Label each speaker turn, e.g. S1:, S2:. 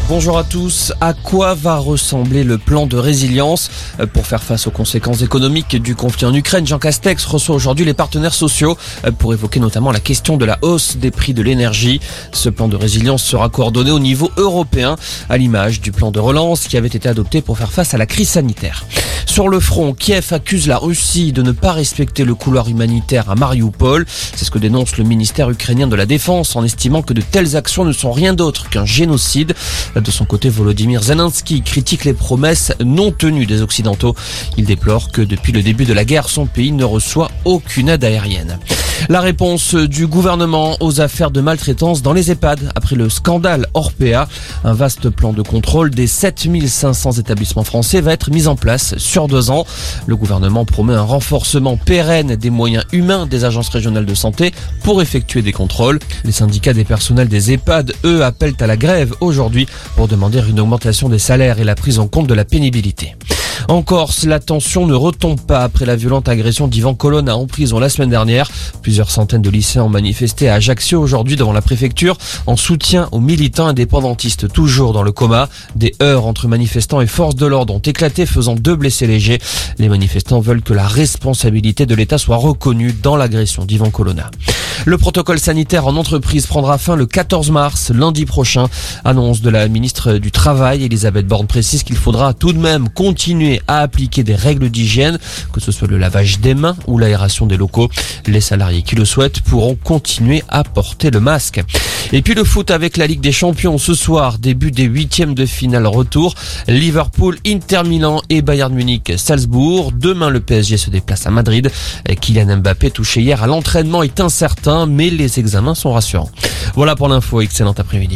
S1: Bonjour à tous. À quoi va ressembler le plan de résilience pour faire face aux conséquences économiques du conflit en Ukraine? Jean Castex reçoit aujourd'hui les partenaires sociaux pour évoquer notamment la question de la hausse des prix de l'énergie. Ce plan de résilience sera coordonné au niveau européen, à l'image du plan de relance qui avait été adopté pour faire face à la crise sanitaire. Sur le front, Kiev accuse la Russie de ne pas respecter le couloir humanitaire à Mariupol. C'est ce que dénonce le ministère ukrainien de la Défense en estimant que de telles actions ne sont rien d'autre qu'un génocide. De son côté, Volodymyr Zelensky critique les promesses non tenues des Occidentaux. Il déplore que depuis le début de la guerre, son pays ne reçoit aucune aide aérienne. La réponse du gouvernement aux affaires de maltraitance dans les EHPAD après le scandale Orpea. Un vaste plan de contrôle des 7500 établissements français va être mis en place sur 2 ans. Le gouvernement promet un renforcement pérenne des moyens humains des agences régionales de santé pour effectuer des contrôles. Les syndicats des personnels des EHPAD, eux, appellent à la grève aujourd'hui pour demander une augmentation des salaires et la prise en compte de la pénibilité. En Corse, la tension ne retombe pas après la violente agression d'Ivan Colonna en prison la semaine dernière. Plusieurs centaines de lycéens ont manifesté à Ajaccio aujourd'hui devant la préfecture en soutien aux militants indépendantistes toujours dans le coma. Des heurts entre manifestants et forces de l'ordre ont éclaté, faisant 2 blessés légers. Les manifestants veulent que la responsabilité de l'État soit reconnue dans l'agression d'Ivan Colonna. Le protocole sanitaire en entreprise prendra fin le 14 mars, lundi prochain. Annonce de la ministre du Travail, Elisabeth Borne, précise qu'il faudra tout de même continuer à appliquer des règles d'hygiène, que ce soit le lavage des mains ou l'aération des locaux. Les salariés qui le souhaitent pourront continuer à porter le masque. Et puis le foot avec la Ligue des Champions ce soir, début des 8e de finale retour. Liverpool, Inter Milan et Bayern Munich, Salzbourg. Demain, le PSG se déplace à Madrid. Kylian Mbappé, touché hier à l'entraînement, est incertain, mais les examens sont rassurants. Voilà pour l'info, excellent après-midi.